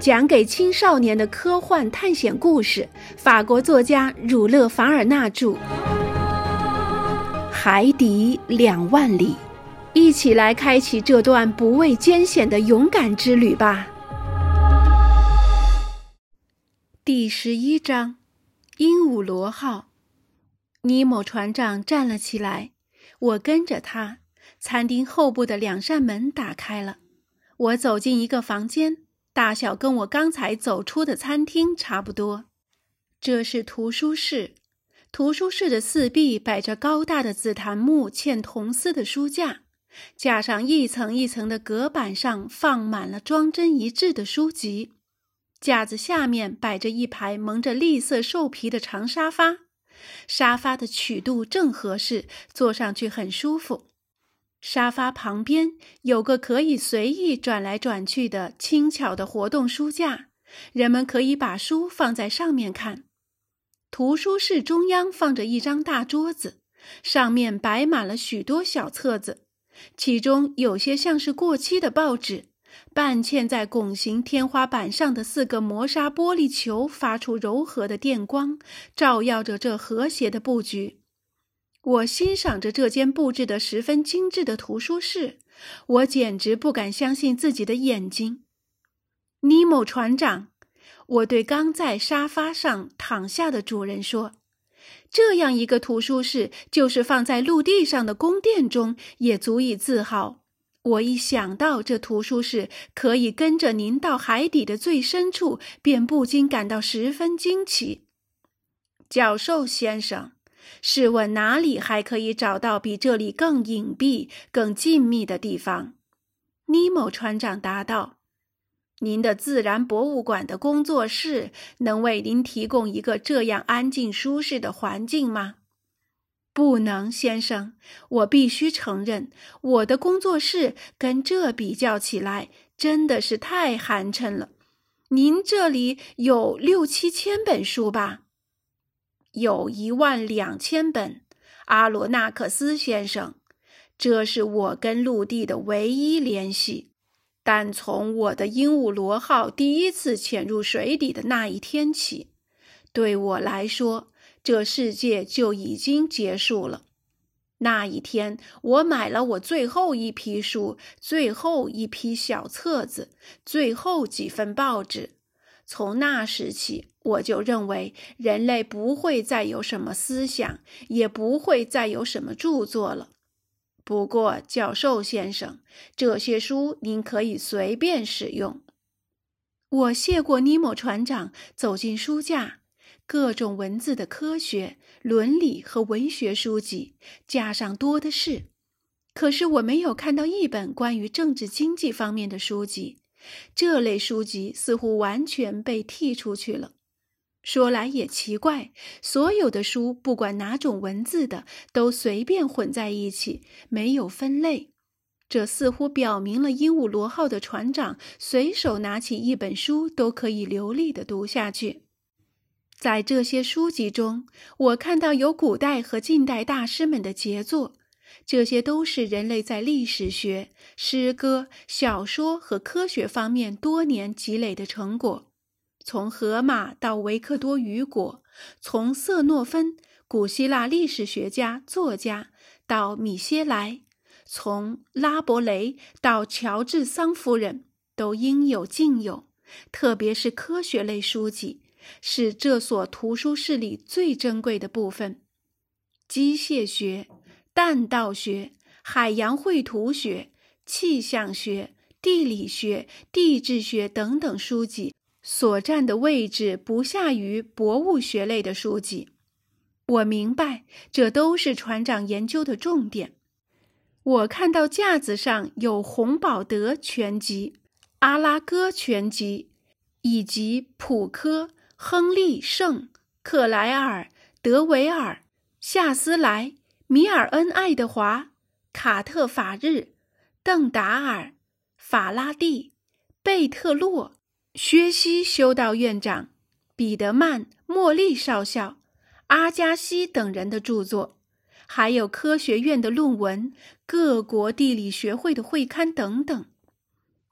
讲给青少年的科幻探险故事，法国作家儒勒·凡尔纳著，《海底2万里》，一起来开启这段不畏艰险的勇敢之旅吧。第11章，鹦鹉螺号。尼莫船长站了起来，我跟着他。餐厅后部的2扇门打开了，我走进一个房间，大小跟我刚才走出的餐厅差不多。这是图书室，图书室的四壁摆着高大的紫檀木嵌铜丝的书架，架上一层一层的隔板上放满了装帧一致的书籍，架子下面摆着一排蒙着栗色兽皮的长沙发，沙发的曲度正合适，坐上去很舒服。沙发旁边有个可以随意转来转去的轻巧的活动书架，人们可以把书放在上面看。图书室中央放着一张大桌子，上面摆满了许多小册子，其中有些像是过期的报纸，半嵌在拱形天花板上的4个磨砂玻璃球发出柔和的电光，照耀着这和谐的布局。我欣赏着这间布置得十分精致的图书室，我简直不敢相信自己的眼睛。尼莫船长，我对刚在沙发上躺下的主人说，这样一个图书室就是放在陆地上的宫殿中也足以自豪。我一想到这图书室可以跟着您到海底的最深处，便不禁感到十分惊奇。教授先生，试问哪里还可以找到比这里更隐蔽、更静谧的地方？尼莫船长答道。您的自然博物馆的工作室能为您提供一个这样安静舒适的环境吗？不能，先生，我必须承认，我的工作室跟这比较起来，真的是太寒碜了。您这里有6、7千本书吧？有12000本，阿罗纳克斯先生，这是我跟陆地的唯一联系。但从我的鹦鹉螺号第一次潜入水底的那一天起，对我来说，这世界就已经结束了。那一天，我买了我最后一批书，最后一批小册子，最后几份报纸。从那时起，我就认为人类不会再有什么思想，也不会再有什么著作了。不过，教授先生，这些书您可以随便使用。我谢过尼莫船长，走进书架，各种文字的科学、伦理和文学书籍，架上多的是。可是我没有看到一本关于政治经济方面的书籍，这类书籍似乎完全被剔出去了。说来也奇怪，所有的书不管哪种文字的都随便混在一起，没有分类。这似乎表明了鹦鹉螺号的船长随手拿起一本书都可以流利地读下去。在这些书籍中，我看到有古代和近代大师们的杰作，这些都是人类在历史学、诗歌、小说和科学方面多年积累的成果。从荷马到维克多·雨果，从瑟诺芬，古希腊历史学家、作家，到米歇莱，从拉伯雷到乔治·桑夫人，都应有尽有。特别是科学类书籍，是这所图书室里最珍贵的部分。机械学、弹道学、海洋绘图学、气象学、地理学、地质学等等书籍所占的位置不下于博物学类的书籍。我明白，这都是船长研究的重点。我看到架子上有洪堡德全集、阿拉戈全集，以及普科、亨利·圣、克莱尔、德维尔、夏斯莱、米尔恩·爱德华、卡特·法日、邓达尔、法拉第、贝特洛、薛西修道院长、彼得曼、莫利少校、阿加西等人的著作，还有科学院的论文、各国地理学会的会刊等等。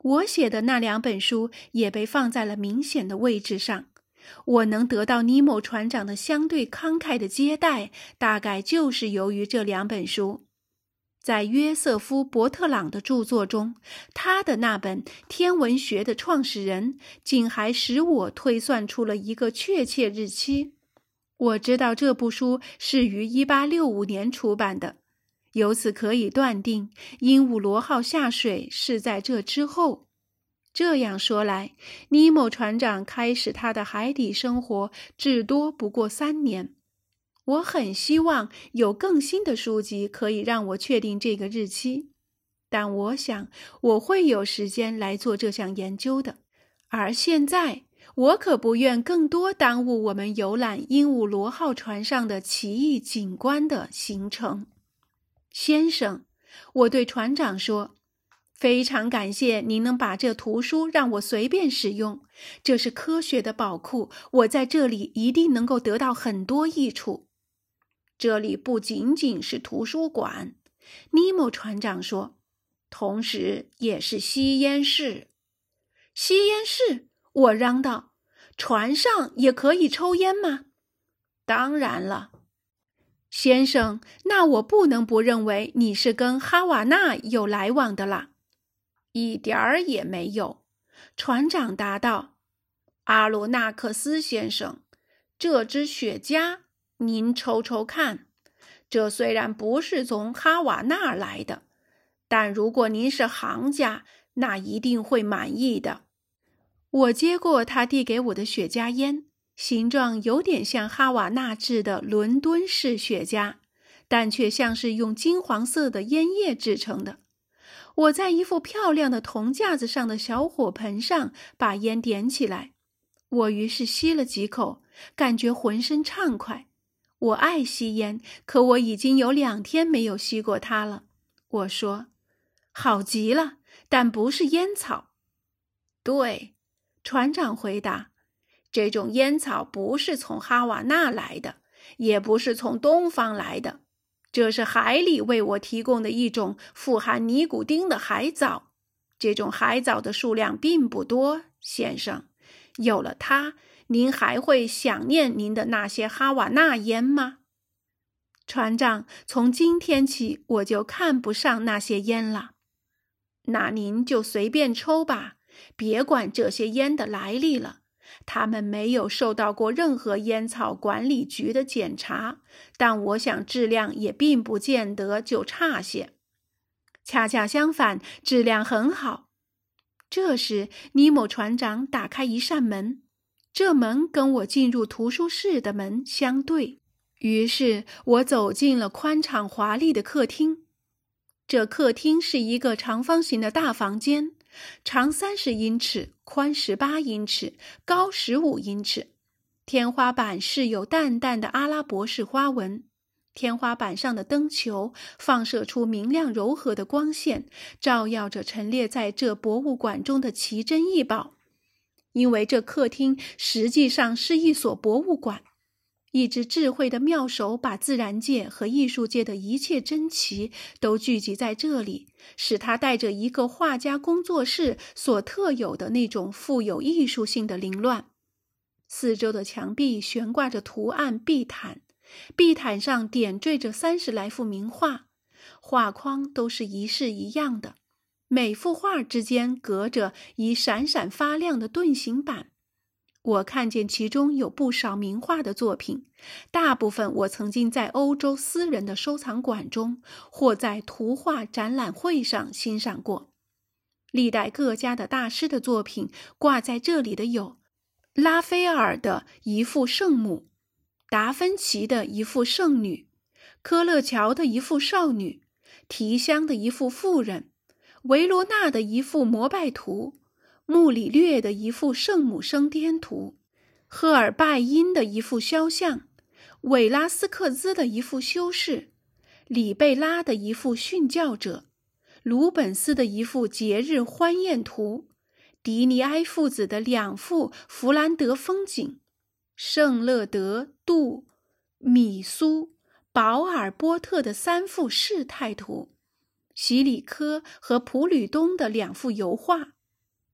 我写的那2本书也被放在了明显的位置上。我能得到尼莫船长的相对慷慨的接待，大概就是由于这2本书。在约瑟夫·伯特朗的著作中，他的那本《天文学的创始人》竟还使我推算出了一个确切日期。我知道这部书是于1865年出版的，由此可以断定鹦鹉螺号下水是在这之后。这样说来，尼莫船长开始他的海底生活至多不过3年。我很希望有更新的书籍可以让我确定这个日期，但我想我会有时间来做这项研究的。而现在，我可不愿更多耽误我们游览鹦鹉螺号船上的奇异景观的行程。先生，我对船长说，非常感谢您能把这图书让我随便使用，这是科学的宝库，我在这里一定能够得到很多益处。这里不仅仅是图书馆，尼莫船长说，同时也是吸烟室。吸烟室？我嚷道，船上也可以抽烟吗？当然了。先生，那我不能不认为你是跟哈瓦那有来往的啦。一点儿也没有，船长答道。阿罗纳克斯先生，这支雪茄您抽抽看，这虽然不是从哈瓦那来的，但如果您是行家，那一定会满意的。我接过他递给我的雪茄烟，形状有点像哈瓦那制的伦敦式雪茄，但却像是用金黄色的烟叶制成的。我在一副漂亮的铜架子上的小火盆上把烟点起来，我于是吸了几口，感觉浑身畅快。我爱吸烟，可我已经有2天没有吸过它了。我说，好极了，但不是烟草。对，船长回答，这种烟草不是从哈瓦那来的，也不是从东方来的。这是海里为我提供的一种富含尼古丁的海藻，这种海藻的数量并不多，先生。有了它，您还会想念您的那些哈瓦那烟吗？船长，从今天起我就看不上那些烟了。那您就随便抽吧，别管这些烟的来历了。他们没有受到过任何烟草管理局的检查，但我想质量也并不见得就差些。恰恰相反，质量很好。这时，尼莫船长打开一扇门，这门跟我进入图书室的门相对。于是我走进了宽敞华丽的客厅。这客厅是一个长方形的大房间，长30英尺，宽18英尺，高15英尺。天花板饰有淡淡的阿拉伯式花纹，天花板上的灯球放射出明亮柔和的光线，照耀着陈列在这博物馆中的奇珍异宝。因为这客厅实际上是一所博物馆，一只智慧的妙手把自然界和艺术界的一切珍奇都聚集在这里，使它带着一个画家工作室所特有的那种富有艺术性的凌乱。四周的墙壁悬挂着图案壁毯，壁毯上点缀着30来幅名画，画框都是一式一样的，每幅画之间隔着一闪闪发亮的盾形板。我看见其中有不少名画的作品，大部分我曾经在欧洲私人的收藏馆中或在图画展览会上欣赏过。历代各家的大师的作品挂在这里的有拉斐尔的一幅圣母，达芬奇的一幅圣女，科勒乔的一幅少女，提香的一幅妇人，维罗纳的一幅膜拜图，穆里略的一幅圣母升天图，赫尔拜因的一幅肖像，韦拉斯克兹的一幅修饰，里贝拉的一幅殉教者，鲁本斯的一幅节日欢宴图，迪尼埃父子的2幅弗兰德风景，圣勒德、杜、米苏、保尔波特的3幅事态图，席里科和普吕东的2幅油画。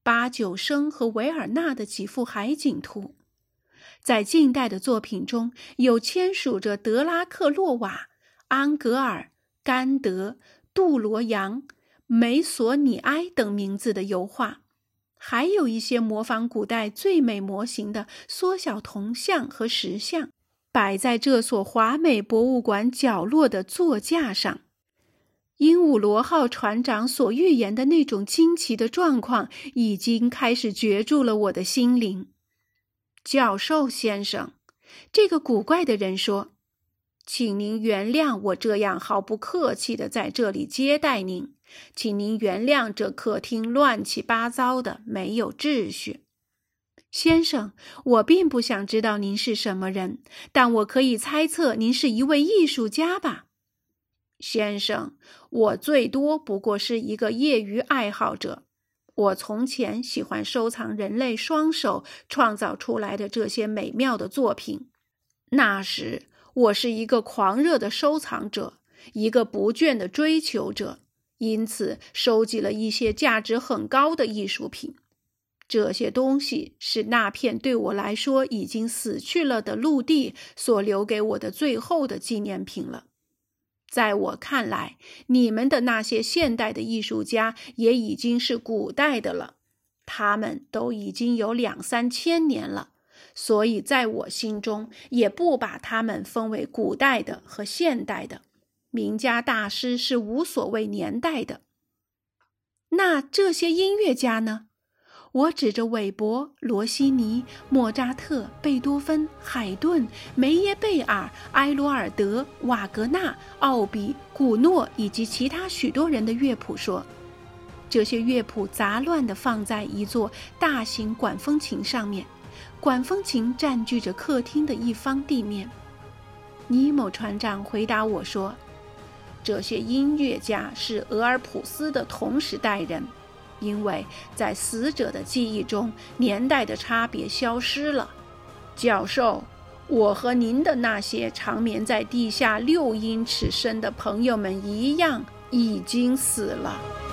八九生和维尔纳的几幅海景图。在近代的作品中，有签署着德拉克洛瓦、安格尔、甘德、杜罗扬、梅索尼埃等名字的油画，还有一些模仿古代最美模型的缩小铜像和石像，摆在这所华美博物馆角落的座架上。鹦鹉螺号船长所预言的那种惊奇的状况已经开始攫住了我的心灵。教授先生，这个古怪的人说，请您原谅我这样毫不客气地在这里接待您，请您原谅这客厅乱七八糟的，没有秩序。先生，我并不想知道您是什么人，但我可以猜测您是一位艺术家吧？先生，我最多不过是一个业余爱好者。我从前喜欢收藏人类双手创造出来的这些美妙的作品。那时，我是一个狂热的收藏者，一个不倦的追求者，因此收集了一些价值很高的艺术品。这些东西是那片对我来说已经死去了的陆地所留给我的最后的纪念品了。在我看来，你们的那些现代的艺术家也已经是古代的了，他们都已经有2、3千年了，所以在我心中也不把他们分为古代的和现代的。名家大师是无所谓年代的。那这些音乐家呢？我指着韦伯、罗西尼、莫扎特、贝多芬、海顿、梅耶贝尔、埃罗尔德、瓦格纳、奥比、古诺以及其他许多人的乐谱说，这些乐谱杂乱地放在一座大型管风琴上面，管风琴占据着客厅的一方地面。尼某船长回答我说，这些音乐家是俄尔普斯的同时代人，因为在死者的记忆中，年代的差别消失了。教授，我和您的那些长眠在地下6英尺深的朋友们一样，已经死了。